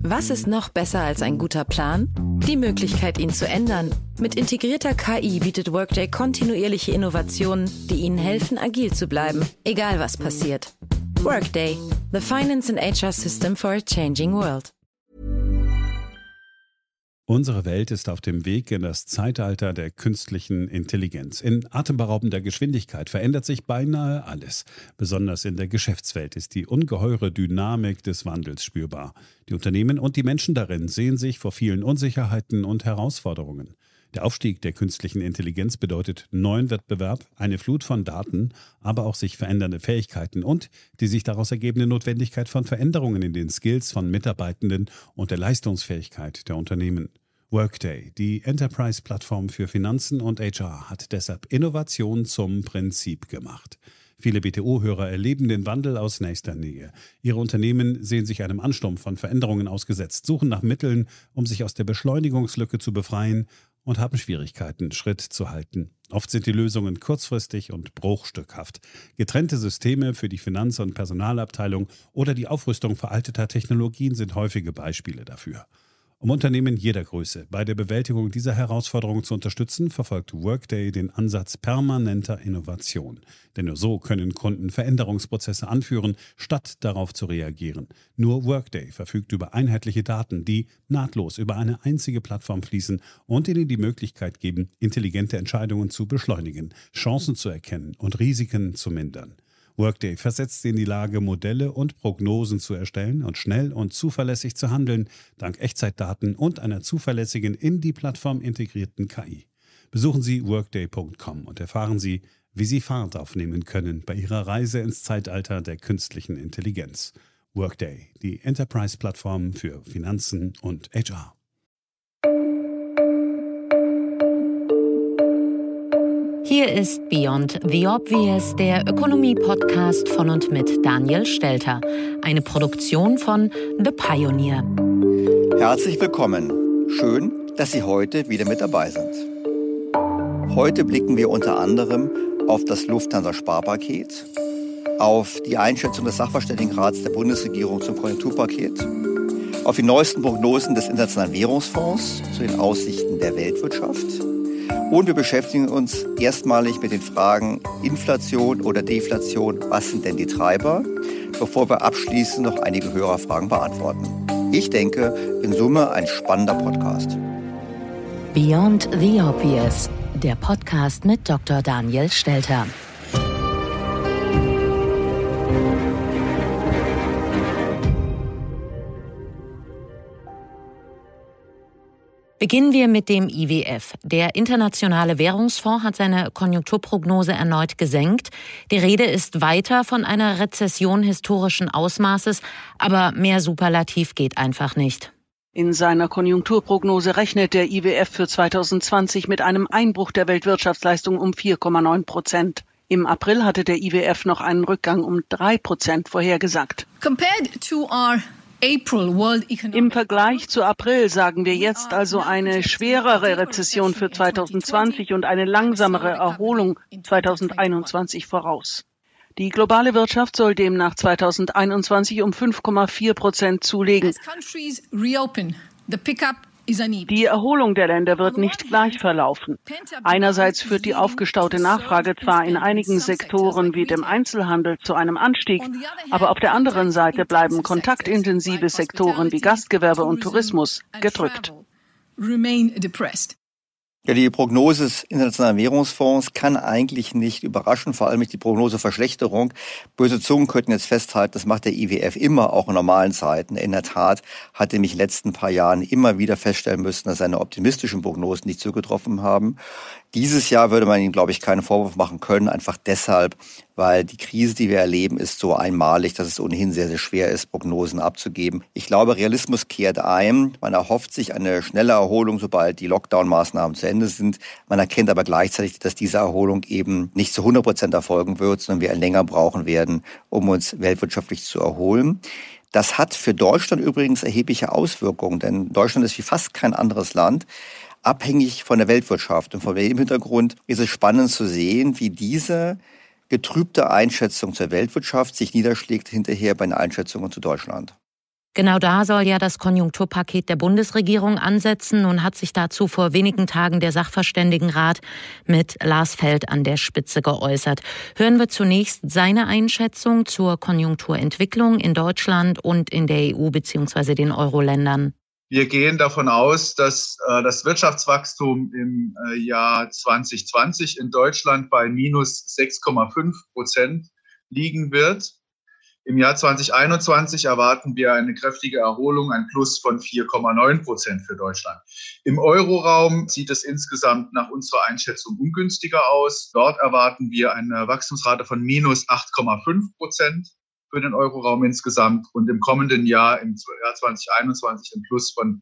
Was ist noch besser als ein guter Plan? Die Möglichkeit, ihn zu ändern. Mit integrierter KI bietet Workday kontinuierliche Innovationen, die Ihnen helfen, agil zu bleiben, egal was passiert. Workday, the finance and HR system for a changing world. Unsere Welt ist auf dem Weg in das Zeitalter der künstlichen Intelligenz. In atemberaubender Geschwindigkeit verändert sich beinahe alles. Besonders in der Geschäftswelt ist die ungeheure Dynamik des Wandels spürbar. Die Unternehmen und die Menschen darin sehen sich vor vielen Unsicherheiten und Herausforderungen. Der Aufstieg der künstlichen Intelligenz bedeutet neuen Wettbewerb, eine Flut von Daten, aber auch sich verändernde Fähigkeiten und die sich daraus ergebende Notwendigkeit von Veränderungen in den Skills von Mitarbeitenden und der Leistungsfähigkeit der Unternehmen. Workday, die Enterprise-Plattform für Finanzen und HR, hat deshalb Innovation zum Prinzip gemacht. Viele BTO-Hörer erleben den Wandel aus nächster Nähe. Ihre Unternehmen sehen sich einem Ansturm von Veränderungen ausgesetzt, suchen nach Mitteln, um sich aus der Beschleunigungslücke zu befreien und haben Schwierigkeiten, Schritt zu halten. Oft sind die Lösungen kurzfristig und bruchstückhaft. Getrennte Systeme für die Finanz- und Personalabteilung oder die Aufrüstung veralteter Technologien sind häufige Beispiele dafür. Um Unternehmen jeder Größe bei der Bewältigung dieser Herausforderung zu unterstützen, verfolgt Workday den Ansatz permanenter Innovation. Denn nur so können Kunden Veränderungsprozesse anführen, statt darauf zu reagieren. Nur Workday verfügt über einheitliche Daten, die nahtlos über eine einzige Plattform fließen und ihnen die Möglichkeit geben, intelligente Entscheidungen zu beschleunigen, Chancen zu erkennen und Risiken zu mindern. Workday versetzt sie in die Lage, Modelle und Prognosen zu erstellen und schnell und zuverlässig zu handeln, dank Echtzeitdaten und einer zuverlässigen in die Plattform integrierten KI. Besuchen Sie workday.com und erfahren Sie, wie Sie Fahrt aufnehmen können bei Ihrer Reise ins Zeitalter der künstlichen Intelligenz. Workday, die Enterprise-Plattform für Finanzen und HR. Hier ist Beyond the Obvious, der Ökonomie-Podcast von und mit Daniel Stelter. Eine Produktion von The Pioneer. Herzlich willkommen. Schön, dass Sie heute wieder mit dabei sind. Heute blicken wir unter anderem auf das Lufthansa-Sparpaket, auf die Einschätzung des Sachverständigenrats der Bundesregierung zum Konjunkturpaket, auf die neuesten Prognosen des Internationalen Währungsfonds zu den Aussichten der Weltwirtschaft. Und wir beschäftigen uns erstmalig mit den Fragen Inflation oder Deflation, was sind denn die Treiber, bevor wir abschließend noch einige Hörerfragen beantworten. Ich denke, in Summe ein spannender Podcast. Beyond the Obvious, der Podcast mit Dr. Daniel Stelter. Beginnen wir mit dem IWF. Der Internationale Währungsfonds hat seine Konjunkturprognose erneut gesenkt. Die Rede ist weiter von einer Rezession historischen Ausmaßes, aber mehr Superlativ geht einfach nicht. In seiner Konjunkturprognose rechnet der IWF für 2020 mit einem Einbruch der Weltwirtschaftsleistung um 4,9%. Im April hatte der IWF noch einen Rückgang um 3% vorhergesagt. Im Vergleich zu April sagen wir jetzt also eine schwerere Rezession für 2020 und eine langsamere Erholung 2021 voraus. Die globale Wirtschaft soll demnach 2021 um 5,4% zulegen. Die Erholung der Länder wird nicht gleich verlaufen. Einerseits führt die aufgestaute Nachfrage zwar in einigen Sektoren wie dem Einzelhandel zu einem Anstieg, aber auf der anderen Seite bleiben kontaktintensive Sektoren wie Gastgewerbe und Tourismus gedrückt. Ja, die Prognose des Internationalen Währungsfonds kann eigentlich nicht überraschen, vor allem nicht die Prognoseverschlechterung. Böse Zungen könnten jetzt festhalten, das macht der IWF immer, auch in normalen Zeiten. In der Tat hat er mich in den letzten paar Jahren immer wieder feststellen müssen, dass seine optimistischen Prognosen nicht zugetroffen haben. Dieses Jahr würde man ihm, glaube ich, keinen Vorwurf machen können, einfach deshalb, weil die Krise, die wir erleben, ist so einmalig, dass es ohnehin sehr, sehr schwer ist, Prognosen abzugeben. Ich glaube, Realismus kehrt ein. Man erhofft sich eine schnelle Erholung, sobald die Lockdown-Maßnahmen zu Ende sind. Man erkennt aber gleichzeitig, dass diese Erholung eben nicht zu 100% erfolgen wird, sondern wir länger brauchen werden, um uns weltwirtschaftlich zu erholen. Das hat für Deutschland übrigens erhebliche Auswirkungen, denn Deutschland ist wie fast kein anderes Land abhängig von der Weltwirtschaft. Und vor dem Hintergrund ist es spannend zu sehen, wie diese getrübte Einschätzung zur Weltwirtschaft sich niederschlägt hinterher bei den Einschätzungen zu Deutschland. Genau da soll ja das Konjunkturpaket der Bundesregierung ansetzen. Nun hat sich dazu vor wenigen Tagen der Sachverständigenrat mit Lars Feld an der Spitze geäußert. Hören wir zunächst seine Einschätzung zur Konjunkturentwicklung in Deutschland und in der EU bzw. den Euro-Ländern. Wir gehen davon aus, dass das Wirtschaftswachstum im Jahr 2020 in Deutschland bei minus 6,5% liegen wird. Im Jahr 2021 erwarten wir eine kräftige Erholung, ein Plus von 4,9% für Deutschland. Im Euroraum sieht es insgesamt nach unserer Einschätzung ungünstiger aus. Dort erwarten wir eine Wachstumsrate von minus 8,5% für den Euroraum insgesamt und im kommenden Jahr, im Jahr 2021, ein Plus von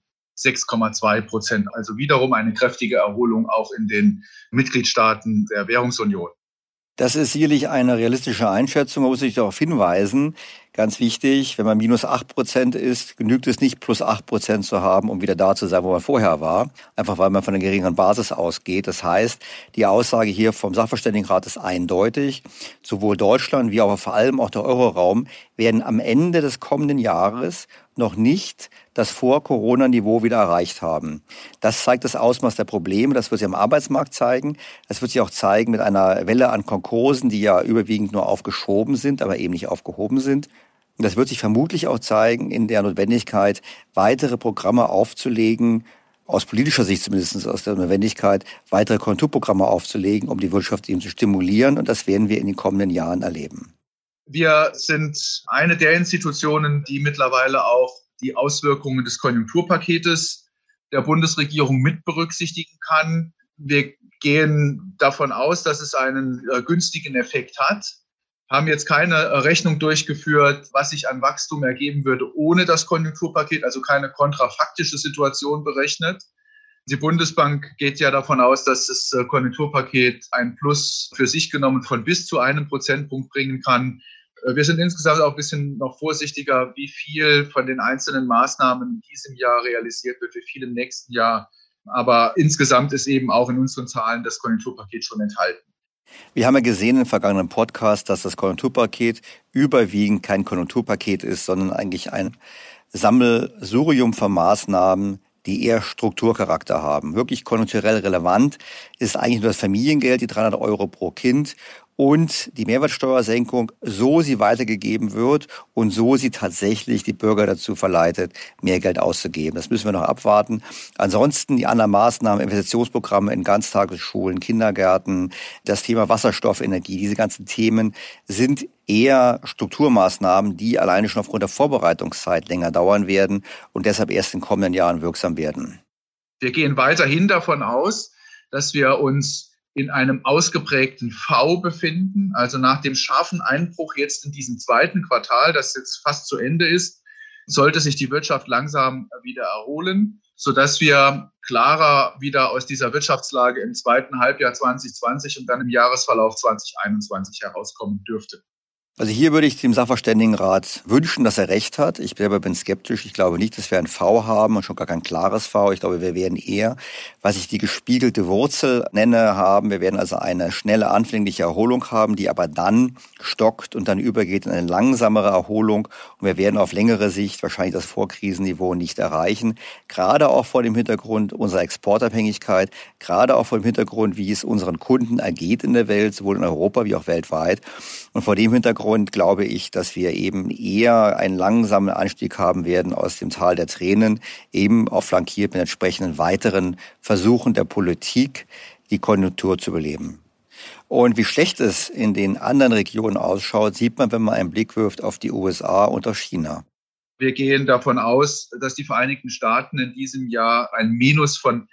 6,2%. Also wiederum eine kräftige Erholung auch in den Mitgliedstaaten der Währungsunion. Das ist sicherlich eine realistische Einschätzung, man muss sich darauf hinweisen. Ganz wichtig, wenn man minus 8% ist, genügt es nicht, plus 8% zu haben, um wieder da zu sein, wo man vorher war. Einfach weil man von einer geringeren Basis ausgeht. Das heißt, die Aussage hier vom Sachverständigenrat ist eindeutig. Sowohl Deutschland wie aber vor allem auch der Euroraum werden am Ende des kommenden Jahres noch nicht das Vor-Corona-Niveau wieder erreicht haben. Das zeigt das Ausmaß der Probleme. Das wird sich am Arbeitsmarkt zeigen. Das wird sich auch zeigen mit einer Welle an Konkursen, die ja überwiegend nur aufgeschoben sind, aber eben nicht aufgehoben sind. Und das wird sich vermutlich auch zeigen in der Notwendigkeit, weitere Programme aufzulegen, aus politischer Sicht zumindest aus der Notwendigkeit, weitere Konjunkturprogramme aufzulegen, um die Wirtschaft eben zu stimulieren. Und das werden wir in den kommenden Jahren erleben. Wir sind eine der Institutionen, die mittlerweile auch die Auswirkungen des Konjunkturpaketes der Bundesregierung mit berücksichtigen kann. Wir gehen davon aus, dass es einen günstigen Effekt hat, haben jetzt keine Rechnung durchgeführt, was sich an Wachstum ergeben würde ohne das Konjunkturpaket, also keine kontrafaktische Situation berechnet. Die Bundesbank geht ja davon aus, dass das Konjunkturpaket ein Plus für sich genommen von bis zu 1 Prozentpunkt bringen kann. Wir sind insgesamt auch ein bisschen noch vorsichtiger, wie viel von den einzelnen Maßnahmen in diesem Jahr realisiert wird, wie viel im nächsten Jahr. Aber insgesamt ist eben auch in unseren Zahlen das Konjunkturpaket schon enthalten. Wir haben ja gesehen im vergangenen Podcast, dass das Konjunkturpaket überwiegend kein Konjunkturpaket ist, sondern eigentlich ein Sammelsurium von Maßnahmen, die eher Strukturcharakter haben. Wirklich konjunkturell relevant ist eigentlich nur das Familiengeld, die 300 € pro Kind und die Mehrwertsteuersenkung, so sie weitergegeben wird und so sie tatsächlich die Bürger dazu verleitet, mehr Geld auszugeben. Das müssen wir noch abwarten. Ansonsten die anderen Maßnahmen, Investitionsprogramme in Ganztagesschulen, Kindergärten, das Thema Wasserstoff, Energie, diese ganzen Themen sind eher Strukturmaßnahmen, die alleine schon aufgrund der Vorbereitungszeit länger dauern werden und deshalb erst in den kommenden Jahren wirksam werden. Wir gehen weiterhin davon aus, dass wir uns in einem ausgeprägten V befinden, also nach dem scharfen Einbruch jetzt in diesem zweiten Quartal, das jetzt fast zu Ende ist, sollte sich die Wirtschaft langsam wieder erholen, sodass wir klarer wieder aus dieser Wirtschaftslage im zweiten Halbjahr 2020 und dann im Jahresverlauf 2021 herauskommen dürften. Also hier würde ich dem Sachverständigenrat wünschen, dass er recht hat. Ich selber bin skeptisch. Ich glaube nicht, dass wir ein V haben und schon gar kein klares V. Ich glaube, wir werden eher, was ich die gespiegelte Wurzel nenne, haben. Wir werden also eine schnelle, anfängliche Erholung haben, die aber dann stockt und dann übergeht in eine langsamere Erholung. Und wir werden auf längere Sicht wahrscheinlich das Vorkrisenniveau nicht erreichen. Gerade auch vor dem Hintergrund unserer Exportabhängigkeit, gerade auch vor dem Hintergrund, wie es unseren Kunden ergeht in der Welt, sowohl in Europa wie auch weltweit. Und vor dem Hintergrund glaube ich, dass wir eben eher einen langsamen Anstieg haben werden aus dem Tal der Tränen, eben auch flankiert mit entsprechenden weiteren Versuchen der Politik, die Konjunktur zu beleben. Und wie schlecht es in den anderen Regionen ausschaut, sieht man, wenn man einen Blick wirft auf die USA und auf China. Wir gehen davon aus, dass die Vereinigten Staaten in diesem Jahr ein Minus von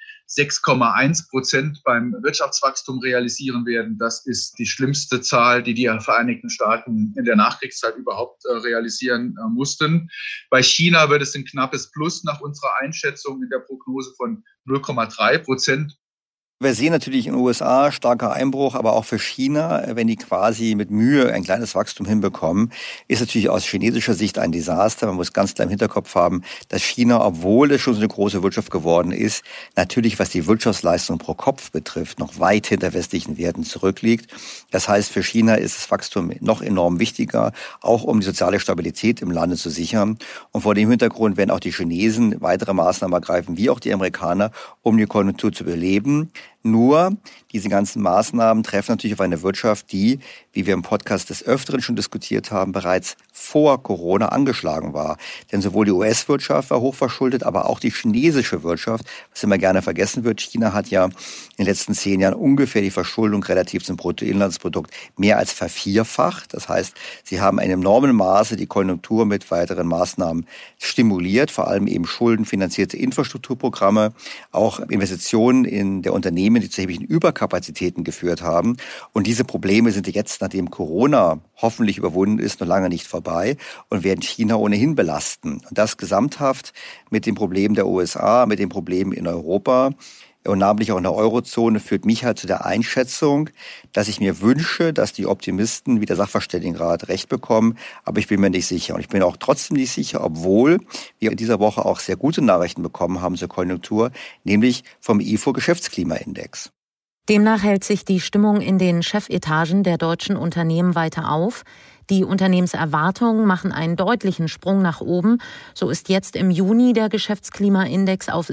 6,1% beim Wirtschaftswachstum realisieren werden. Das ist die schlimmste Zahl, die die Vereinigten Staaten in der Nachkriegszeit überhaupt realisieren mussten. Bei China wird es ein knappes Plus nach unserer Einschätzung in der Prognose von 0,3%. Wir sehen natürlich in den USA starker Einbruch, aber auch für China, wenn die quasi mit Mühe ein kleines Wachstum hinbekommen, ist natürlich aus chinesischer Sicht ein Desaster. Man muss ganz klar im Hinterkopf haben, dass China, obwohl es schon so eine große Wirtschaft geworden ist, natürlich, was die Wirtschaftsleistung pro Kopf betrifft, noch weit hinter westlichen Werten zurückliegt. Das heißt, für China ist das Wachstum noch enorm wichtiger, auch um die soziale Stabilität im Lande zu sichern. Und vor dem Hintergrund werden auch die Chinesen weitere Maßnahmen ergreifen, wie auch die Amerikaner, um die Konjunktur zu beleben. Nur, diese ganzen Maßnahmen treffen natürlich auf eine Wirtschaft, die, wie wir im Podcast des Öfteren schon diskutiert haben, bereits vor Corona angeschlagen war. Denn sowohl die US-Wirtschaft war hochverschuldet, aber auch die chinesische Wirtschaft, was immer gerne vergessen wird. China hat ja in den letzten 10 Jahren ungefähr die Verschuldung relativ zum Bruttoinlandsprodukt mehr als vervierfacht. Das heißt, sie haben in enormem Maße die Konjunktur mit weiteren Maßnahmen stimuliert, vor allem eben schuldenfinanzierte Infrastrukturprogramme, auch Investitionen in der Unternehmen, die zu erheblichen Überkapazitäten geführt haben. Und diese Probleme sind jetzt, nachdem Corona hoffentlich überwunden ist, noch lange nicht vorbei und werden China ohnehin belasten. Und das gesamthaft mit den Problemen der USA, mit den Problemen in Europa und namentlich auch in der Eurozone führt mich halt zu der Einschätzung, dass ich mir wünsche, dass die Optimisten wie der Sachverständigenrat recht bekommen, aber ich bin mir nicht sicher. Und ich bin auch trotzdem nicht sicher, obwohl wir in dieser Woche auch sehr gute Nachrichten bekommen haben zur Konjunktur, nämlich vom IFO-Geschäftsklimaindex. Demnach hält sich die Stimmung in den Chefetagen der deutschen Unternehmen weiter auf. Die Unternehmenserwartungen machen einen deutlichen Sprung nach oben. So ist jetzt im Juni der Geschäftsklimaindex auf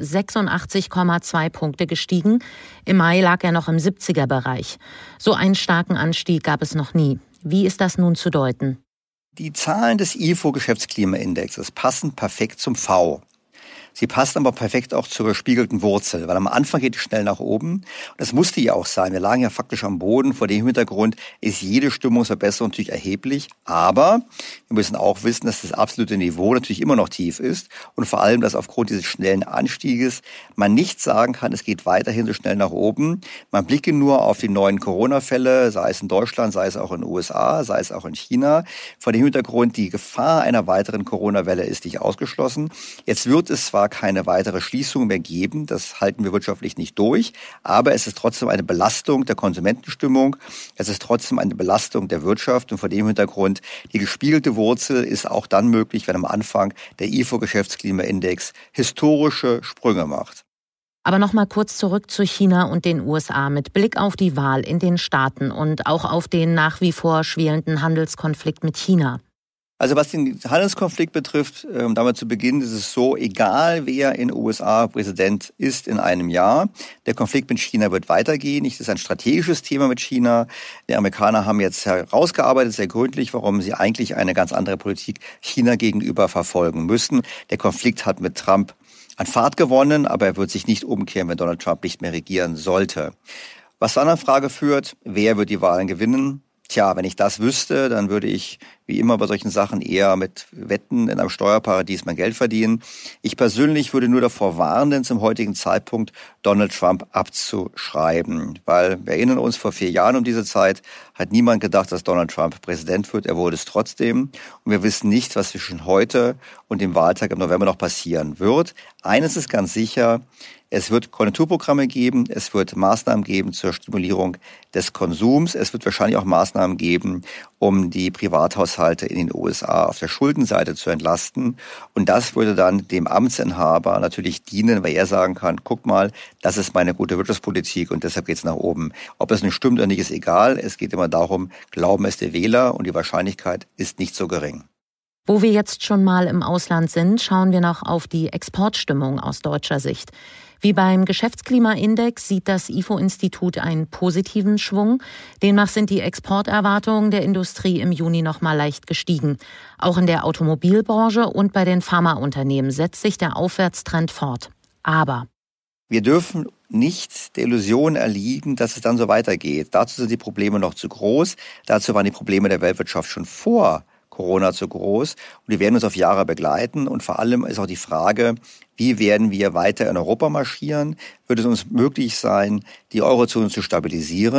86,2 Punkte gestiegen. Im Mai lag er noch im 70er-Bereich. So einen starken Anstieg gab es noch nie. Wie ist das nun zu deuten? Die Zahlen des IFO-Geschäftsklimaindexes passen perfekt zum V. Sie passt aber perfekt auch zur gespiegelten Wurzel, weil am Anfang geht es schnell nach oben. Und das musste ja auch sein. Wir lagen ja faktisch am Boden. Vor dem Hintergrund ist jede Stimmungsverbesserung natürlich erheblich. Aber wir müssen auch wissen, dass das absolute Niveau natürlich immer noch tief ist. Und vor allem, dass aufgrund dieses schnellen Anstieges man nicht sagen kann, es geht weiterhin so schnell nach oben. Man blicke nur auf die neuen Corona-Fälle, sei es in Deutschland, sei es auch in den USA, sei es auch in China. Vor dem Hintergrund, die Gefahr einer weiteren Corona-Welle ist nicht ausgeschlossen. Jetzt wird es zwar keine weitere Schließung mehr geben, das halten wir wirtschaftlich nicht durch, aber es ist trotzdem eine Belastung der Konsumentenstimmung, es ist trotzdem eine Belastung der Wirtschaft und vor dem Hintergrund, die gespiegelte Wurzel ist auch dann möglich, wenn am Anfang der IFO-Geschäftsklimaindex historische Sprünge macht. Aber noch mal kurz zurück zu China und den USA mit Blick auf die Wahl in den Staaten und auch auf den nach wie vor schwelenden Handelskonflikt mit China. Also was den Handelskonflikt betrifft, damit zu beginnen, ist es so, egal wer in den USA Präsident ist in einem Jahr, der Konflikt mit China wird weitergehen. Das ist ein strategisches Thema mit China. Die Amerikaner haben jetzt herausgearbeitet, sehr gründlich, warum sie eigentlich eine ganz andere Politik China gegenüber verfolgen müssen. Der Konflikt hat mit Trump an Fahrt gewonnen, aber er wird sich nicht umkehren, wenn Donald Trump nicht mehr regieren sollte. Was zur anderen Frage führt, wer wird die Wahlen gewinnen? Tja, wenn ich das wüsste, dann würde ich wie immer bei solchen Sachen eher mit Wetten in einem Steuerparadies mein Geld verdienen. Ich persönlich würde nur davor warnen, zum heutigen Zeitpunkt Donald Trump abzuschreiben. Weil wir erinnern uns, vor 4 Jahren um diese Zeit hat niemand gedacht, dass Donald Trump Präsident wird. Er wurde es trotzdem. Und wir wissen nicht, was zwischen heute und dem Wahltag im November noch passieren wird. Eines ist ganz sicher, es wird Konjunkturprogramme geben, es wird Maßnahmen geben zur Stimulierung des Konsums, es wird wahrscheinlich auch Maßnahmen geben, um die Privathaushalte in den USA auf der Schuldenseite zu entlasten. Und das würde dann dem Amtsinhaber natürlich dienen, weil er sagen kann, guck mal, das ist meine gute Wirtschaftspolitik und deshalb geht's nach oben. Ob das nun stimmt oder nicht, ist egal. Es geht immer darum, glauben es der Wähler und die Wahrscheinlichkeit ist nicht so gering. Wo wir jetzt schon mal im Ausland sind, schauen wir noch auf die Exportstimmung aus deutscher Sicht. Wie beim Geschäftsklimaindex sieht das IFO-Institut einen positiven Schwung. Demnach sind die Exporterwartungen der Industrie im Juni noch mal leicht gestiegen. Auch in der Automobilbranche und bei den Pharmaunternehmen setzt sich der Aufwärtstrend fort. Aber wir dürfen nicht der Illusion erliegen, dass es dann so weitergeht. Dazu sind die Probleme noch zu groß. Dazu waren die Probleme der Weltwirtschaft schon vor Corona zu groß und die werden uns auf Jahre begleiten und vor allem ist auch die Frage, wie werden wir weiter in Europa marschieren? Wird es uns möglich sein, die Eurozone zu stabilisieren?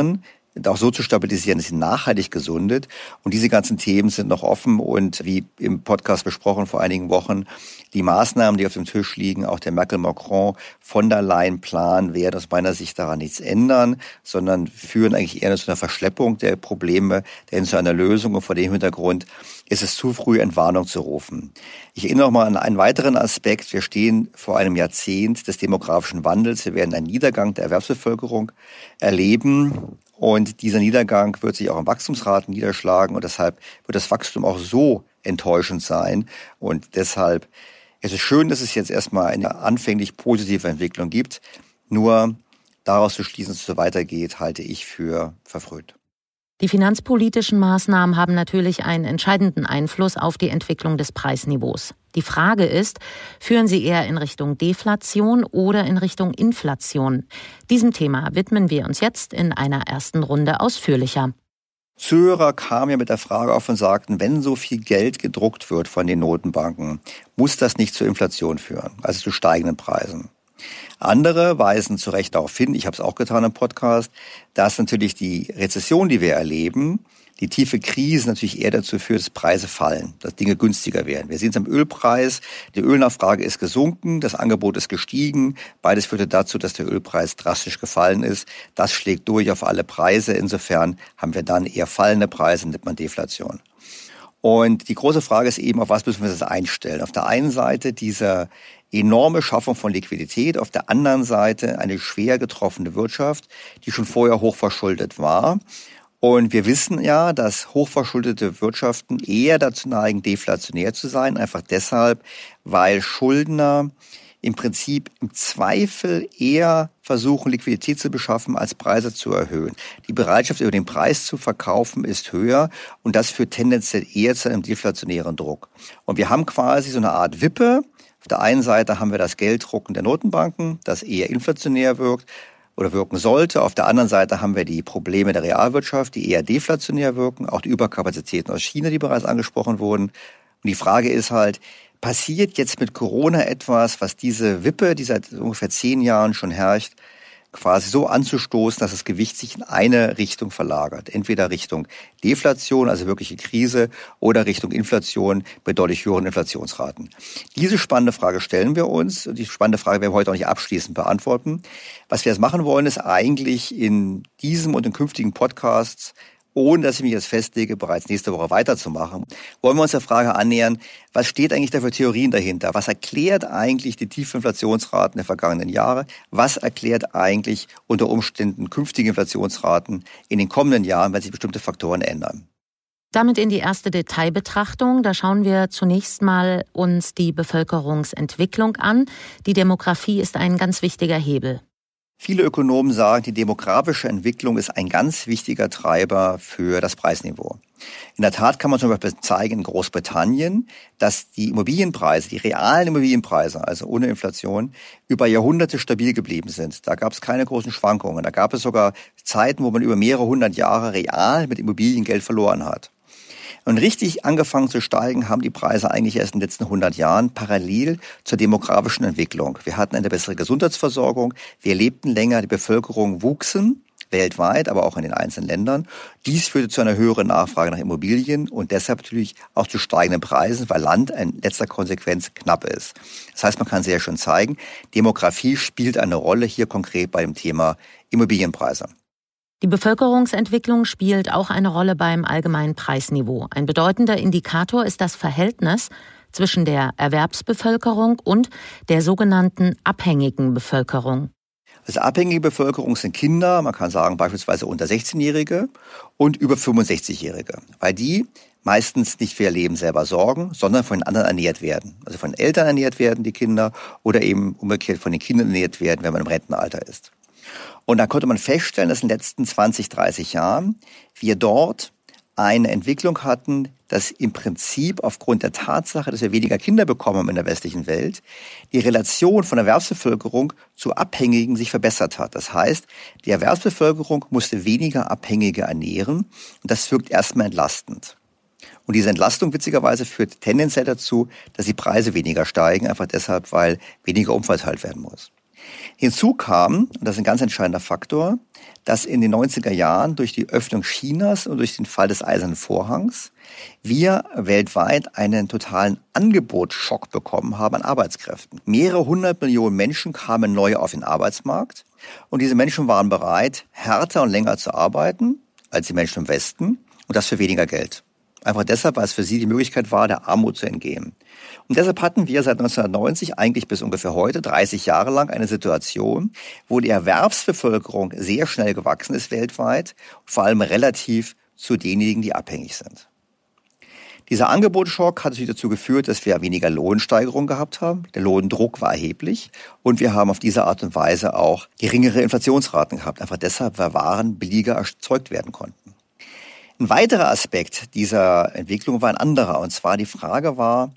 auch so zu stabilisieren, dass sie nachhaltig gesundet. Und diese ganzen Themen sind noch offen und wie im Podcast besprochen vor einigen Wochen, die Maßnahmen, die auf dem Tisch liegen, auch der Merkel-Macron von der Leyen-Plan, werden aus meiner Sicht daran nichts ändern, sondern führen eigentlich eher zu einer Verschleppung der Probleme, denn zu einer Lösung. Und vor dem Hintergrund ist es zu früh, Entwarnung zu rufen. Ich erinnere noch mal an einen weiteren Aspekt. Wir stehen vor einem Jahrzehnt des demografischen Wandels. Wir werden einen Niedergang der Erwerbsbevölkerung erleben. Und dieser Niedergang wird sich auch in Wachstumsraten niederschlagen. Und deshalb wird das Wachstum auch so enttäuschend sein. Und deshalb ist es schön, dass es jetzt erstmal eine anfänglich positive Entwicklung gibt. Nur daraus zu schließen, dass es so weitergeht, halte ich für verfrüht. Die finanzpolitischen Maßnahmen haben natürlich einen entscheidenden Einfluss auf die Entwicklung des Preisniveaus. Die Frage ist, führen sie eher in Richtung Deflation oder in Richtung Inflation? Diesem Thema widmen wir uns jetzt in einer ersten Runde ausführlicher. Zuhörer kamen ja mit der Frage auf und sagten, wenn so viel Geld gedruckt wird von den Notenbanken, muss das nicht zur Inflation führen, also zu steigenden Preisen? Andere weisen zu Recht darauf hin, ich habe es auch getan im Podcast, dass natürlich die Rezession, die wir erleben, die tiefe Krise natürlich eher dazu führt, dass Preise fallen, dass Dinge günstiger werden. Wir sehen es am Ölpreis, die Ölnachfrage ist gesunken, das Angebot ist gestiegen. Beides führte dazu, dass der Ölpreis drastisch gefallen ist. Das schlägt durch auf alle Preise. Insofern haben wir dann eher fallende Preise, nennt man Deflation. Und die große Frage ist eben, auf was müssen wir das einstellen? Auf der einen Seite diese enorme Schaffung von Liquidität, auf der anderen Seite eine schwer getroffene Wirtschaft, die schon vorher hochverschuldet war. Und wir wissen ja, dass hochverschuldete Wirtschaften eher dazu neigen, deflationär zu sein, einfach deshalb, weil Schuldner im Prinzip im Zweifel eher versuchen, Liquidität zu beschaffen, als Preise zu erhöhen. Die Bereitschaft, über den Preis zu verkaufen, ist höher und das führt tendenziell eher zu einem deflationären Druck. Und wir haben quasi so eine Art Wippe. Auf der einen Seite haben wir das Gelddrucken der Notenbanken, das eher inflationär wirkt oder wirken sollte. Auf der anderen Seite haben wir die Probleme der Realwirtschaft, die eher deflationär wirken, auch die Überkapazitäten aus China, die bereits angesprochen wurden. Und die Frage ist halt, passiert jetzt mit Corona etwas, was diese Wippe, die seit ungefähr 10 Jahren schon herrscht, quasi so anzustoßen, dass das Gewicht sich in eine Richtung verlagert. Entweder Richtung Deflation, also wirkliche Krise, oder Richtung Inflation mit deutlich höheren Inflationsraten. Diese spannende Frage stellen wir uns. Die spannende Frage werden wir heute auch nicht abschließend beantworten. Was wir jetzt machen wollen, ist eigentlich in diesem und in künftigen Podcasts, ohne dass ich mich jetzt festlege, bereits nächste Woche weiterzumachen, wollen wir uns der Frage annähern, was steht eigentlich da für Theorien dahinter? Was erklärt eigentlich die tiefen Inflationsraten der vergangenen Jahre? Was erklärt eigentlich unter Umständen künftige Inflationsraten in den kommenden Jahren, wenn sich bestimmte Faktoren ändern? Damit in die erste Detailbetrachtung. Da schauen wir zunächst mal uns die Bevölkerungsentwicklung an. Die Demografie ist ein ganz wichtiger Hebel. Viele Ökonomen sagen, die demografische Entwicklung ist ein ganz wichtiger Treiber für das Preisniveau. In der Tat kann man zum Beispiel zeigen in Großbritannien, dass die Immobilienpreise, die realen Immobilienpreise, also ohne Inflation, über Jahrhunderte stabil geblieben sind. Da gab es keine großen Schwankungen. Da gab es sogar Zeiten, wo man über mehrere 100 Jahre real mit Immobilien Geld verloren hat. Und richtig angefangen zu steigen haben die Preise eigentlich erst in den letzten 100 Jahren parallel zur demografischen Entwicklung. Wir hatten eine bessere Gesundheitsversorgung, wir lebten länger, die Bevölkerung wuchsen weltweit, aber auch in den einzelnen Ländern. Dies führte zu einer höheren Nachfrage nach Immobilien und deshalb natürlich auch zu steigenden Preisen, weil Land in letzter Konsequenz knapp ist. Das heißt, man kann sehr schön zeigen, Demografie spielt eine Rolle hier konkret bei dem Thema Immobilienpreise. Die Bevölkerungsentwicklung spielt auch eine Rolle beim allgemeinen Preisniveau. Ein bedeutender Indikator ist das Verhältnis zwischen der Erwerbsbevölkerung und der sogenannten abhängigen Bevölkerung. Also abhängige Bevölkerung sind Kinder, man kann sagen beispielsweise unter 16-Jährige und über 65-Jährige, weil die meistens nicht für ihr Leben selber sorgen, sondern von den anderen ernährt werden. Also von den Eltern ernährt werden die Kinder oder eben umgekehrt von den Kindern ernährt werden, wenn man im Rentenalter ist. Und da konnte man feststellen, dass in den letzten 20, 30 Jahren wir dort eine Entwicklung hatten, dass im Prinzip aufgrund der Tatsache, dass wir weniger Kinder bekommen haben in der westlichen Welt, die Relation von Erwerbsbevölkerung zu Abhängigen sich verbessert hat. Das heißt, die Erwerbsbevölkerung musste weniger Abhängige ernähren und das wirkt erstmal entlastend. Und diese Entlastung witzigerweise führt tendenziell dazu, dass die Preise weniger steigen, einfach deshalb, weil weniger umverteilt werden muss. Hinzu kam, und das ist ein ganz entscheidender Faktor, dass in den 90er Jahren durch die Öffnung Chinas und durch den Fall des Eisernen Vorhangs wir weltweit einen totalen Angebotsschock bekommen haben an Arbeitskräften. Mehrere 100 Millionen Menschen kamen neu auf den Arbeitsmarkt und diese Menschen waren bereit, härter und länger zu arbeiten als die Menschen im Westen und das für weniger Geld. Einfach deshalb, weil es für sie die Möglichkeit war, der Armut zu entgehen. Und deshalb hatten wir seit 1990, eigentlich bis ungefähr heute, 30 Jahre lang eine Situation, wo die Erwerbsbevölkerung sehr schnell gewachsen ist weltweit, vor allem relativ zu denjenigen, die abhängig sind. Dieser Angebotsschock hat natürlich dazu geführt, dass wir weniger Lohnsteigerung gehabt haben. Der Lohndruck war erheblich und wir haben auf diese Art und Weise auch geringere Inflationsraten gehabt. Einfach deshalb, weil Waren billiger erzeugt werden konnten. Ein weiterer Aspekt dieser Entwicklung war ein anderer. Und zwar die Frage war,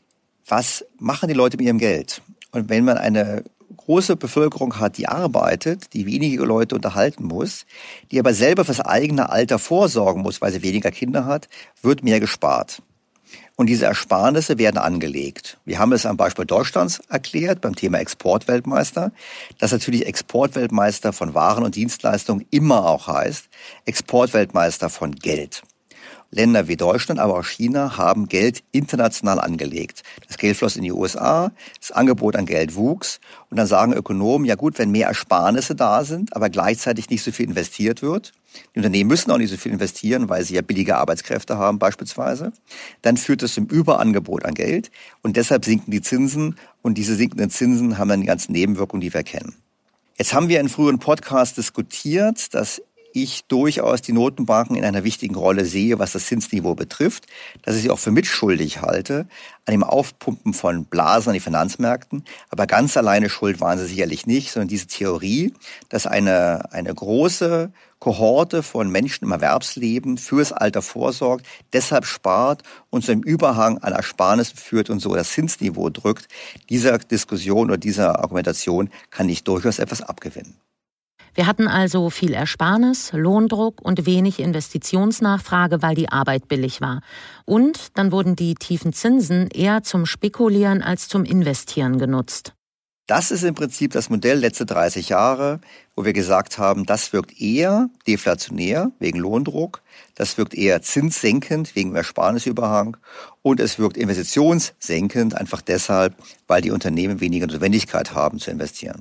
was machen die Leute mit ihrem Geld? Und wenn man eine große Bevölkerung hat, die arbeitet, die wenige Leute unterhalten muss, die aber selber fürs eigene Alter vorsorgen muss, weil sie weniger Kinder hat, wird mehr gespart. Und diese Ersparnisse werden angelegt. Wir haben es am Beispiel Deutschlands erklärt, beim Thema Exportweltmeister, dass natürlich Exportweltmeister von Waren und Dienstleistungen immer auch heißt Exportweltmeister von Geld. Länder wie Deutschland, aber auch China haben Geld international angelegt. Das Geld floss in die USA, das Angebot an Geld wuchs und dann sagen Ökonomen, ja gut, wenn mehr Ersparnisse da sind, aber gleichzeitig nicht so viel investiert wird, die Unternehmen müssen auch nicht so viel investieren, weil sie ja billige Arbeitskräfte haben beispielsweise, dann führt das zum Überangebot an Geld und deshalb sinken die Zinsen und diese sinkenden Zinsen haben dann die ganzen Nebenwirkungen, die wir kennen. Jetzt haben wir in früheren Podcasts diskutiert, dass ich durchaus die Notenbanken in einer wichtigen Rolle sehe, was das Zinsniveau betrifft, dass ich sie auch für mitschuldig halte an dem Aufpumpen von Blasen an die Finanzmärkten. Aber ganz alleine schuld waren sie sicherlich nicht, sondern diese Theorie, dass eine große Kohorte von Menschen im Erwerbsleben fürs Alter vorsorgt, deshalb spart und zu einem Überhang an Ersparnissen führt und so das Zinsniveau drückt, dieser Diskussion oder dieser Argumentation kann ich durchaus etwas abgewinnen. Wir hatten also viel Ersparnis, Lohndruck und wenig Investitionsnachfrage, weil die Arbeit billig war. Und dann wurden die tiefen Zinsen eher zum Spekulieren als zum Investieren genutzt. Das ist im Prinzip das Modell letzte 30 Jahre, wo wir gesagt haben, das wirkt eher deflationär wegen Lohndruck, das wirkt eher zinssenkend wegen Ersparnisüberhang und es wirkt investitionssenkend einfach deshalb, weil die Unternehmen weniger Notwendigkeit haben zu investieren.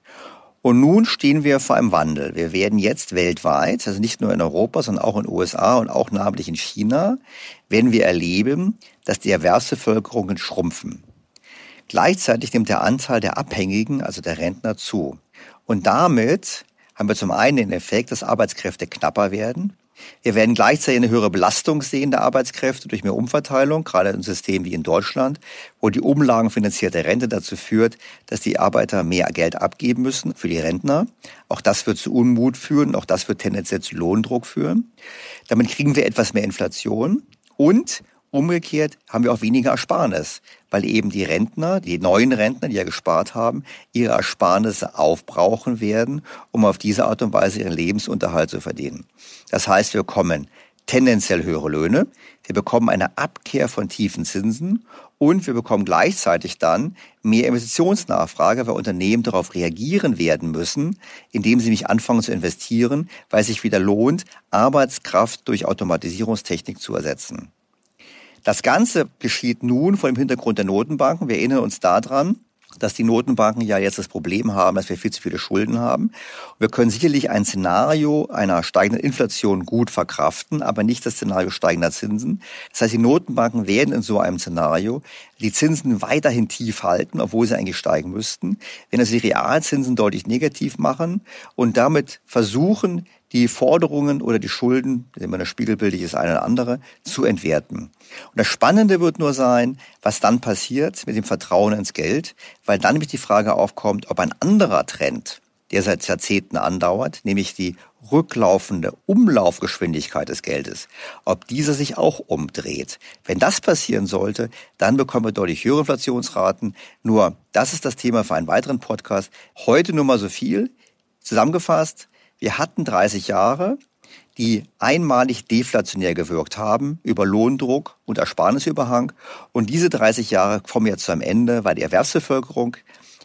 Und nun stehen wir vor einem Wandel. Wir werden jetzt weltweit, also nicht nur in Europa, sondern auch in den USA und auch namentlich in China, werden wir erleben, dass die Erwerbsbevölkerungen schrumpfen. Gleichzeitig nimmt der Anteil der Abhängigen, also der Rentner, zu. Und damit haben wir zum einen den Effekt, dass Arbeitskräfte knapper werden. Wir werden gleichzeitig eine höhere Belastung sehen der Arbeitskräfte durch mehr Umverteilung, gerade in einem System wie in Deutschland, wo die umlagenfinanzierte Rente dazu führt, dass die Arbeiter mehr Geld abgeben müssen für die Rentner. Auch das wird zu Unmut führen, auch das wird tendenziell zu Lohndruck führen. Damit kriegen wir etwas mehr Inflation und umgekehrt haben wir auch weniger Ersparnis, weil eben die Rentner, die neuen Rentner, die ja gespart haben, ihre Ersparnisse aufbrauchen werden, um auf diese Art und Weise ihren Lebensunterhalt zu verdienen. Das heißt, wir bekommen tendenziell höhere Löhne, wir bekommen eine Abkehr von tiefen Zinsen und wir bekommen gleichzeitig dann mehr Investitionsnachfrage, weil Unternehmen darauf reagieren werden müssen, indem sie nicht anfangen zu investieren, weil es sich wieder lohnt, Arbeitskraft durch Automatisierungstechnik zu ersetzen. Das Ganze geschieht nun vor dem Hintergrund der Notenbanken. Wir erinnern uns daran, dass die Notenbanken ja jetzt das Problem haben, dass wir viel zu viele Schulden haben. Wir können sicherlich ein Szenario einer steigenden Inflation gut verkraften, aber nicht das Szenario steigender Zinsen. Das heißt, die Notenbanken werden in so einem Szenario die Zinsen weiterhin tief halten, obwohl sie eigentlich steigen müssten, wenn also die Realzinsen deutlich negativ machen und damit versuchen, die Forderungen oder die Schulden, immer das spiegelbildlich ist eine oder andere, zu entwerten. Und das Spannende wird nur sein, was dann passiert mit dem Vertrauen ins Geld, weil dann nämlich die Frage aufkommt, ob ein anderer Trend, der seit Jahrzehnten andauert, nämlich die rücklaufende Umlaufgeschwindigkeit des Geldes, ob dieser sich auch umdreht. Wenn das passieren sollte, dann bekommen wir deutlich höhere Inflationsraten. Nur, das ist das Thema für einen weiteren Podcast. Heute nur mal so viel. Zusammengefasst, wir hatten 30 Jahre, die einmalig deflationär gewirkt haben über Lohndruck und Ersparnisüberhang. Und diese 30 Jahre kommen jetzt zu einem Ende, weil die Erwerbsbevölkerung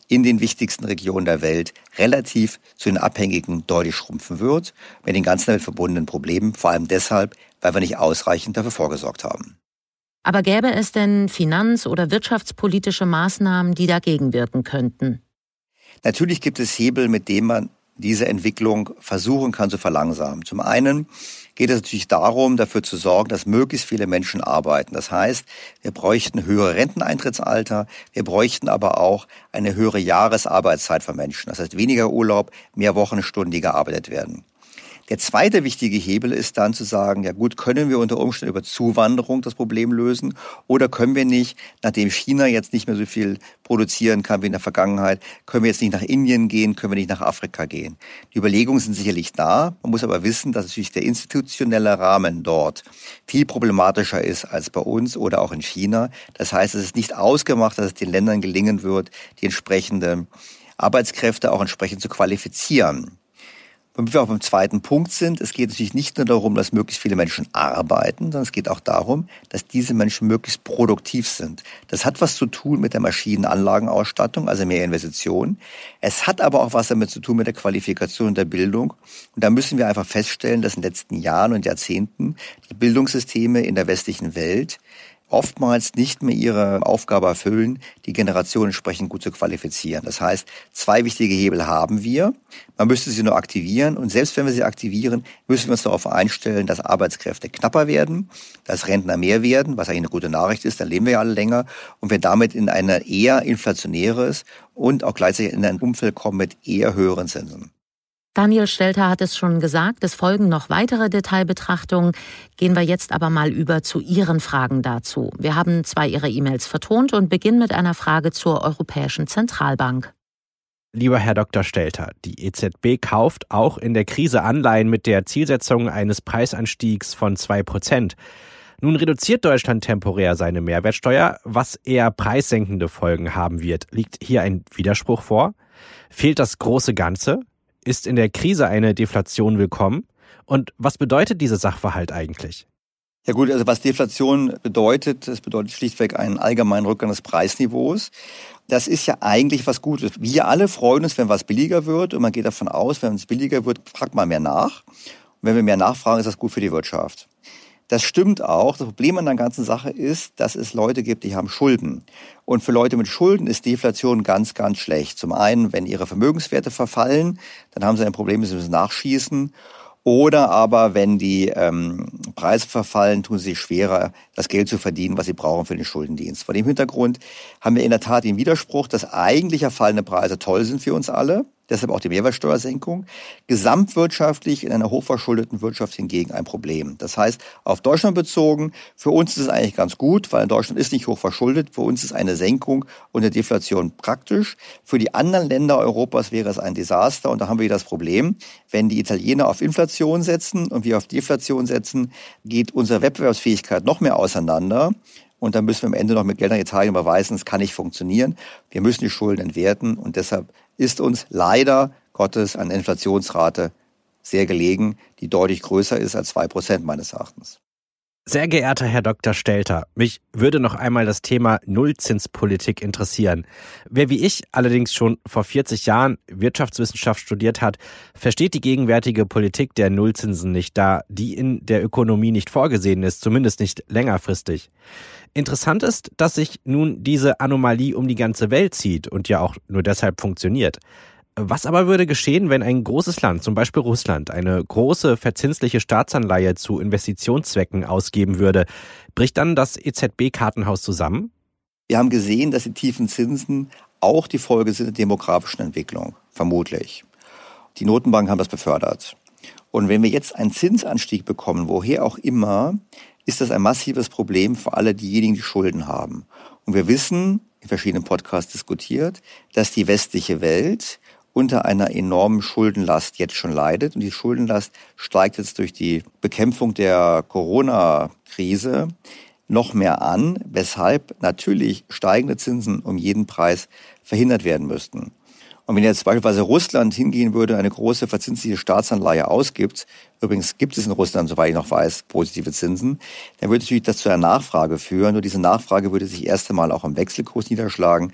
in den wichtigsten Regionen der Welt relativ zu den Abhängigen deutlich schrumpfen wird, mit den ganzen damit verbundenen Problemen, vor allem deshalb, weil wir nicht ausreichend dafür vorgesorgt haben. Aber gäbe es denn finanz- oder wirtschaftspolitische Maßnahmen, die dagegen wirken könnten? Natürlich gibt es Hebel, mit denen man diese Entwicklung versuchen kann zu verlangsamen. Zum einen geht es natürlich darum, dafür zu sorgen, dass möglichst viele Menschen arbeiten. Das heißt, wir bräuchten höhere Renteneintrittsalter, wir bräuchten aber auch eine höhere Jahresarbeitszeit für Menschen. Das heißt, weniger Urlaub, mehr Wochenstunden, die gearbeitet werden. Der zweite wichtige Hebel ist dann zu sagen, ja gut, können wir unter Umständen über Zuwanderung das Problem lösen oder können wir nicht, nachdem China jetzt nicht mehr so viel produzieren kann wie in der Vergangenheit, können wir jetzt nicht nach Indien gehen, können wir nicht nach Afrika gehen. Die Überlegungen sind sicherlich da. Man muss aber wissen, dass natürlich der institutionelle Rahmen dort viel problematischer ist als bei uns oder auch in China. Das heißt, es ist nicht ausgemacht, dass es den Ländern gelingen wird, die entsprechende Arbeitskräfte auch entsprechend zu qualifizieren. Womit wir auch beim zweiten Punkt sind, es geht natürlich nicht nur darum, dass möglichst viele Menschen arbeiten, sondern es geht auch darum, dass diese Menschen möglichst produktiv sind. Das hat was zu tun mit der Maschinenanlagenausstattung, also mehr Investitionen. Es hat aber auch was damit zu tun mit der Qualifikation und der Bildung. Und da müssen wir einfach feststellen, dass in den letzten Jahren und Jahrzehnten die Bildungssysteme in der westlichen Welt oftmals nicht mehr ihre Aufgabe erfüllen, die Generation entsprechend gut zu qualifizieren. Das heißt, zwei wichtige Hebel haben wir. Man müsste sie nur aktivieren. Und selbst wenn wir sie aktivieren, müssen wir uns darauf einstellen, dass Arbeitskräfte knapper werden, dass Rentner mehr werden, was eigentlich eine gute Nachricht ist, dann leben wir ja alle länger. Und wir damit in ein eher inflationäres und auch gleichzeitig in ein Umfeld kommen mit eher höheren Zinsen. Daniel Stelter hat es schon gesagt, es folgen noch weitere Detailbetrachtungen. Gehen wir jetzt aber mal über zu Ihren Fragen dazu. Wir haben 2 Ihrer E-Mails vertont und beginnen mit einer Frage zur Europäischen Zentralbank. Lieber Herr Dr. Stelter, die EZB kauft auch in der Krise Anleihen mit der Zielsetzung eines Preisanstiegs von 2%. Nun reduziert Deutschland temporär seine Mehrwertsteuer, was eher preissenkende Folgen haben wird. Liegt hier ein Widerspruch vor? Fehlt das große Ganze? Ist in der Krise eine Deflation willkommen? Und was bedeutet dieser Sachverhalt eigentlich? Ja gut, also was Deflation bedeutet, das bedeutet schlichtweg einen allgemeinen Rückgang des Preisniveaus. Das ist ja eigentlich was Gutes. Wir alle freuen uns, wenn was billiger wird und man geht davon aus, wenn es billiger wird, fragt man mehr nach. Und wenn wir mehr nachfragen, ist das gut für die Wirtschaft. Das stimmt auch. Das Problem an der ganzen Sache ist, dass es Leute gibt, die haben Schulden. Und für Leute mit Schulden ist Deflation ganz, ganz schlecht. Zum einen, wenn ihre Vermögenswerte verfallen, dann haben sie ein Problem, sie müssen nachschießen. Oder aber, wenn die Preise verfallen, tun sie sich schwerer, das Geld zu verdienen, was sie brauchen für den Schuldendienst. Vor dem Hintergrund haben wir in der Tat den Widerspruch, dass eigentlich fallende Preise toll sind für uns alle. Deshalb auch die Mehrwertsteuersenkung. Gesamtwirtschaftlich in einer hochverschuldeten Wirtschaft hingegen ein Problem. Das heißt, auf Deutschland bezogen, für uns ist es eigentlich ganz gut, weil Deutschland ist nicht hochverschuldet. Für uns ist eine Senkung und eine Deflation praktisch. Für die anderen Länder Europas wäre es ein Desaster. Und da haben wir das Problem, wenn die Italiener auf Inflation setzen und wir auf Deflation setzen, geht unsere Wettbewerbsfähigkeit noch mehr auseinander. Und dann müssen wir am Ende noch mit Geld an Italien beweisen, es kann nicht funktionieren. Wir müssen die Schulden entwerten und deshalb ist uns leider Gottes eine Inflationsrate sehr gelegen, die deutlich größer ist als 2% meines Erachtens. Sehr geehrter Herr Dr. Stelter, mich würde noch einmal das Thema Nullzinspolitik interessieren. Wer wie ich allerdings schon vor 40 Jahren Wirtschaftswissenschaft studiert hat, versteht die gegenwärtige Politik der Nullzinsen nicht, da die in der Ökonomie nicht vorgesehen ist, zumindest nicht längerfristig. Interessant ist, dass sich nun diese Anomalie um die ganze Welt zieht und ja auch nur deshalb funktioniert. Was aber würde geschehen, wenn ein großes Land, zum Beispiel Russland, eine große verzinsliche Staatsanleihe zu Investitionszwecken ausgeben würde? Bricht dann das EZB-Kartenhaus zusammen? Wir haben gesehen, dass die tiefen Zinsen auch die Folge sind der demografischen Entwicklung, vermutlich. Die Notenbanken haben das befördert. Und wenn wir jetzt einen Zinsanstieg bekommen, woher auch immer, ist das ein massives Problem für alle diejenigen, die Schulden haben. Und wir wissen, in verschiedenen Podcasts diskutiert, dass die westliche Welt unter einer enormen Schuldenlast jetzt schon leidet. Und die Schuldenlast steigt jetzt durch die Bekämpfung der Corona-Krise noch mehr an, weshalb natürlich steigende Zinsen um jeden Preis verhindert werden müssten. Und wenn jetzt beispielsweise Russland hingehen würde, eine große verzinsliche Staatsanleihe ausgibt, übrigens gibt es in Russland, soweit ich noch weiß, positive Zinsen, dann würde natürlich das zu einer Nachfrage führen. Nur diese Nachfrage würde sich erst einmal auch am Wechselkurs niederschlagen.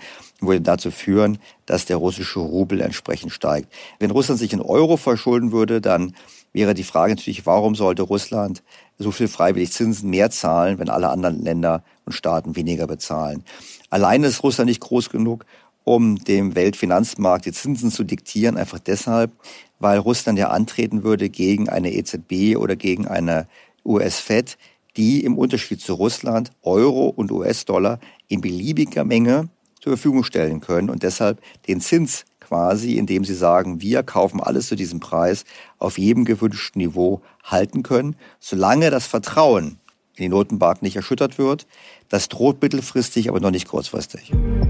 würde dazu führen, dass der russische Rubel entsprechend steigt. Wenn Russland sich in Euro verschulden würde, dann wäre die Frage natürlich, warum sollte Russland so viel freiwillig Zinsen mehr zahlen, wenn alle anderen Länder und Staaten weniger bezahlen. Alleine ist Russland nicht groß genug, um dem Weltfinanzmarkt die Zinsen zu diktieren, einfach deshalb, weil Russland ja antreten würde gegen eine EZB oder gegen eine US-Fed, die im Unterschied zu Russland Euro und US-Dollar in beliebiger Menge zur Verfügung stellen können und deshalb den Zins quasi, indem sie sagen, wir kaufen alles zu diesem Preis, auf jedem gewünschten Niveau halten können, solange das Vertrauen in die Notenbank nicht erschüttert wird. Das droht mittelfristig, aber noch nicht kurzfristig.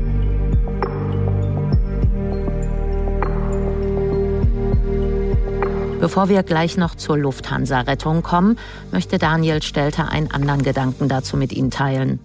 Bevor wir gleich noch zur Lufthansa-Rettung kommen, möchte Daniel Stelter einen anderen Gedanken dazu mit Ihnen teilen.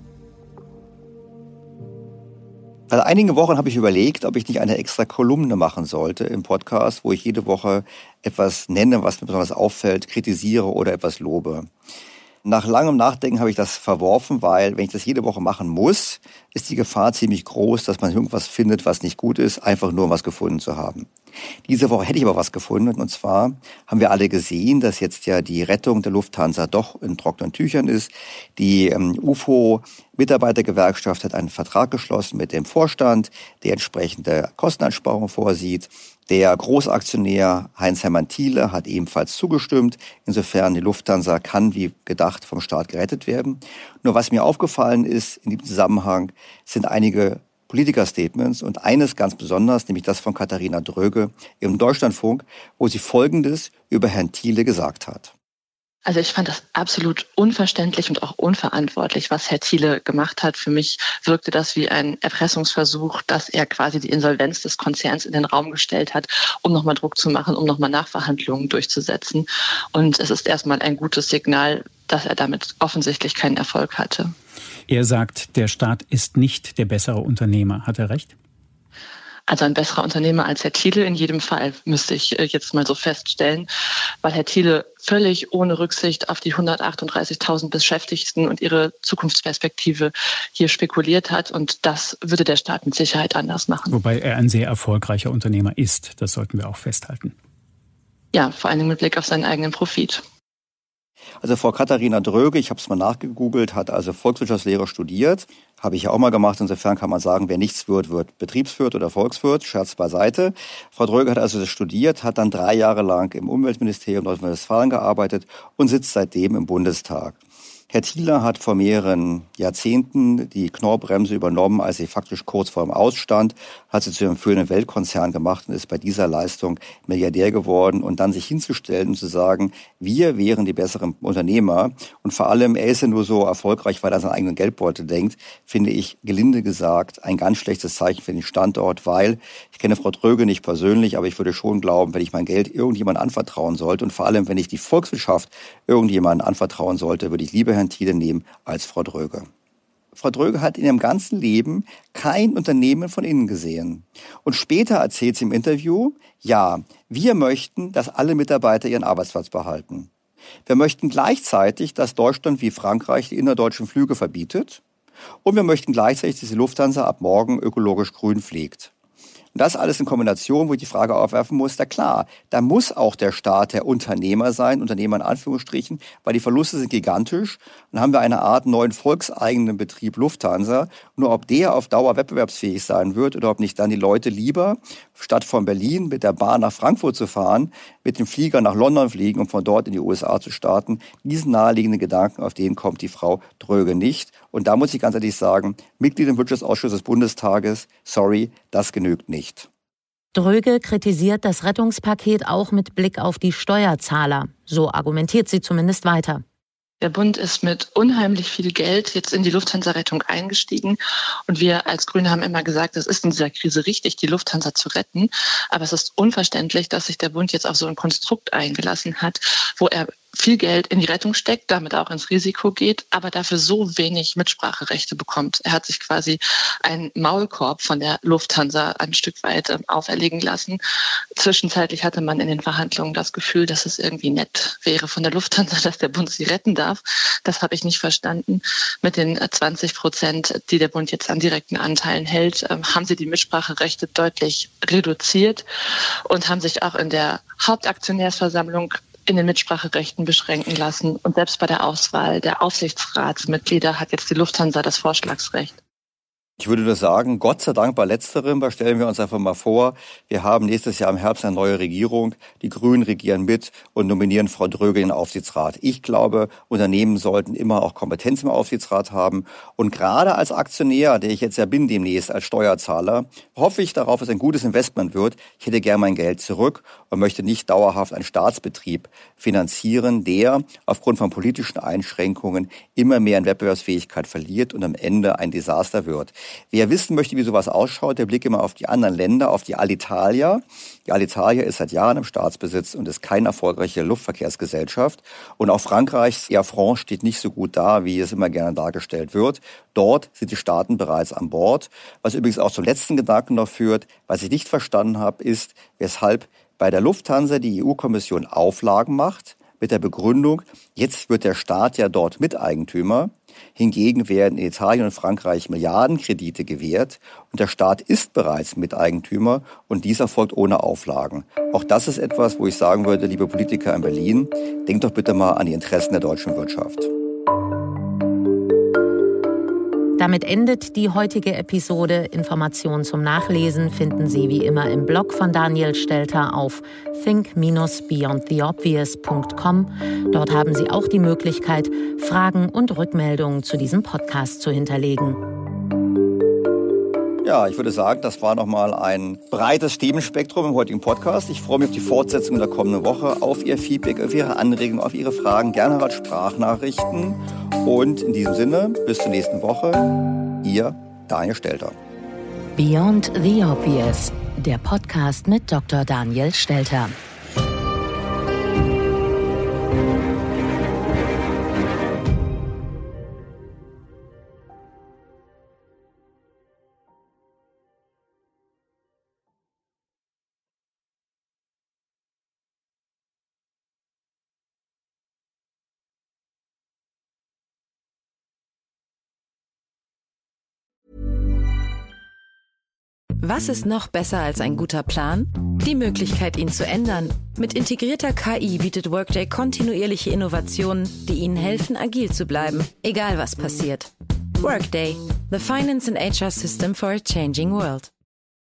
Seit einigen Wochen habe ich überlegt, ob ich nicht eine extra Kolumne machen sollte im Podcast, wo ich jede Woche etwas nenne, was mir besonders auffällt, kritisiere oder etwas lobe. Nach langem Nachdenken habe ich das verworfen, weil, wenn ich das jede Woche machen muss, ist die Gefahr ziemlich groß, dass man irgendwas findet, was nicht gut ist, einfach nur um was gefunden zu haben. Diese Woche hätte ich aber was gefunden, und zwar haben wir alle gesehen, dass jetzt ja die Rettung der Lufthansa doch in trockenen Tüchern ist. Die UFO-Mitarbeitergewerkschaft hat einen Vertrag geschlossen mit dem Vorstand, der entsprechende Kosteneinsparungen vorsieht. Der Großaktionär Heinz-Hermann Thiele hat ebenfalls zugestimmt. Insofern die Lufthansa kann wie gedacht vom Staat gerettet werden. Nur was mir aufgefallen ist in diesem Zusammenhang, sind einige Politiker-Statements und eines ganz besonders, nämlich das von Katharina Dröge im Deutschlandfunk, wo sie Folgendes über Herrn Thiele gesagt hat. Also ich fand das absolut unverständlich und auch unverantwortlich, was Herr Thiele gemacht hat. Für mich wirkte das wie ein Erpressungsversuch, dass er quasi die Insolvenz des Konzerns in den Raum gestellt hat, um nochmal Druck zu machen, um nochmal Nachverhandlungen durchzusetzen. Und es ist erstmal ein gutes Signal, dass er damit offensichtlich keinen Erfolg hatte. Er sagt, der Staat ist nicht der bessere Unternehmer. Hat er recht? Also ein besserer Unternehmer als Herr Thiele in jedem Fall, müsste ich jetzt mal so feststellen, weil Herr Thiele völlig ohne Rücksicht auf die 138.000 Beschäftigten und ihre Zukunftsperspektive hier spekuliert hat. Und das würde der Staat mit Sicherheit anders machen. Wobei er ein sehr erfolgreicher Unternehmer ist. Das sollten wir auch festhalten. Ja, vor allem mit Blick auf seinen eigenen Profit. Also Frau Katharina Dröge, ich habe es mal nachgegoogelt, hat also Volkswirtschaftslehre studiert. Habe ich ja auch mal gemacht. Insofern kann man sagen, wer nichts wird, wird Betriebswirt oder Volkswirt. Scherz beiseite. Frau Dröge hat also das studiert, hat dann 3 Jahre lang im Umweltministerium Nordrhein-Westfalen gearbeitet und sitzt seitdem im Bundestag. Herr Thiele hat vor mehreren Jahrzehnten die Knorr-Bremse übernommen, als sie faktisch kurz vor dem Ausstand, hat sie zu einem führenden Weltkonzern gemacht und ist bei dieser Leistung Milliardär geworden. Und dann sich hinzustellen und zu sagen, wir wären die besseren Unternehmer und vor allem, er ist ja nur so erfolgreich, weil er an seinen eigenen Geldbeutel denkt, finde ich, gelinde gesagt, ein ganz schlechtes Zeichen für den Standort, weil ich kenne Frau Dröge nicht persönlich, aber ich würde schon glauben, wenn ich mein Geld irgendjemandem anvertrauen sollte und vor allem, wenn ich die Volkswirtschaft irgendjemandem anvertrauen sollte, würde ich lieber Herrn Thiele nehmen als Frau Dröge. Frau Dröge hat in ihrem ganzen Leben kein Unternehmen von innen gesehen. Und später erzählt sie im Interview, ja, wir möchten, dass alle Mitarbeiter ihren Arbeitsplatz behalten. Wir möchten gleichzeitig, dass Deutschland wie Frankreich die innerdeutschen Flüge verbietet. Und wir möchten gleichzeitig, dass die Lufthansa ab morgen ökologisch grün fliegt. Und das alles in Kombination, wo ich die Frage aufwerfen muss, na klar, da muss auch der Staat der Unternehmer sein, Unternehmer in Anführungsstrichen, weil die Verluste sind gigantisch. Dann haben wir eine Art neuen volkseigenen Betrieb Lufthansa. Nur ob der auf Dauer wettbewerbsfähig sein wird oder ob nicht dann die Leute lieber, statt von Berlin mit der Bahn nach Frankfurt zu fahren, mit dem Flieger nach London fliegen, um von dort in die USA zu starten. Diesen naheliegenden Gedanken, auf den kommt die Frau Dröge nicht. Und da muss ich ganz ehrlich sagen, Mitglied im Wirtschaftsausschuss des Bundestages, sorry, das genügt nicht. Dröge kritisiert das Rettungspaket auch mit Blick auf die Steuerzahler. So argumentiert sie zumindest weiter. Der Bund ist mit unheimlich viel Geld jetzt in die Lufthansa-Rettung eingestiegen. Und wir als Grüne haben immer gesagt, es ist in dieser Krise richtig, die Lufthansa zu retten. Aber es ist unverständlich, dass sich der Bund jetzt auf so ein Konstrukt eingelassen hat, wo er viel Geld in die Rettung steckt, damit auch ins Risiko geht, aber dafür so wenig Mitspracherechte bekommt. Er hat sich quasi einen Maulkorb von der Lufthansa ein Stück weit auferlegen lassen. Zwischenzeitlich hatte man in den Verhandlungen das Gefühl, dass es irgendwie nett wäre von der Lufthansa, dass der Bund sie retten darf. Das habe ich nicht verstanden. Mit den 20%, die der Bund jetzt an direkten Anteilen hält, haben sie die Mitspracherechte deutlich reduziert und haben sich auch in der Hauptaktionärsversammlung in den Mitspracherechten beschränken lassen. Und selbst bei der Auswahl der Aufsichtsratsmitglieder hat jetzt die Lufthansa das Vorschlagsrecht. Ich würde nur sagen, Gott sei Dank bei Letzterem, weil stellen wir uns einfach mal vor, wir haben nächstes Jahr im Herbst eine neue Regierung, die Grünen regieren mit und nominieren Frau Dröge in den Aufsichtsrat. Ich glaube, Unternehmen sollten immer auch Kompetenz im Aufsichtsrat haben und gerade als Aktionär, der ich jetzt ja bin demnächst als Steuerzahler, hoffe ich darauf, dass es ein gutes Investment wird. Ich hätte gern mein Geld zurück und möchte nicht dauerhaft einen Staatsbetrieb finanzieren, der aufgrund von politischen Einschränkungen immer mehr an Wettbewerbsfähigkeit verliert und am Ende ein Desaster wird. Wer wissen möchte, wie sowas ausschaut, der blicke mal auf die anderen Länder, auf die Alitalia. Die Alitalia ist seit Jahren im Staatsbesitz und ist keine erfolgreiche Luftverkehrsgesellschaft. Und auch Frankreichs Air France steht nicht so gut da, wie es immer gerne dargestellt wird. Dort sind die Staaten bereits an Bord. Was übrigens auch zum letzten Gedanken noch führt, was ich nicht verstanden habe, ist, weshalb bei der Lufthansa die EU-Kommission Auflagen macht, mit der Begründung, jetzt wird der Staat ja dort Miteigentümer. Hingegen werden in Italien und Frankreich Milliardenkredite gewährt und der Staat ist bereits Miteigentümer und dies erfolgt ohne Auflagen. Auch das ist etwas, wo ich sagen würde, liebe Politiker in Berlin, denkt doch bitte mal an die Interessen der deutschen Wirtschaft. Damit endet die heutige Episode. Informationen zum Nachlesen finden Sie wie immer im Blog von Daniel Stelter auf think-beyondtheobvious.com. Dort haben Sie auch die Möglichkeit, Fragen und Rückmeldungen zu diesem Podcast zu hinterlegen. Ja, ich würde sagen, das war nochmal ein breites Themenspektrum im heutigen Podcast. Ich freue mich auf die Fortsetzung in der kommenden Woche, auf Ihr Feedback, auf Ihre Anregungen, auf Ihre Fragen, gerne als Sprachnachrichten. Und in diesem Sinne, bis zur nächsten Woche, Ihr Daniel Stelter. Beyond the Obvious, der Podcast mit Dr. Daniel Stelter. Was ist noch besser als ein guter Plan? Die Möglichkeit, ihn zu ändern. Mit integrierter KI bietet Workday kontinuierliche Innovationen, die Ihnen helfen, agil zu bleiben, egal was passiert. Workday, the finance and HR system for a changing world.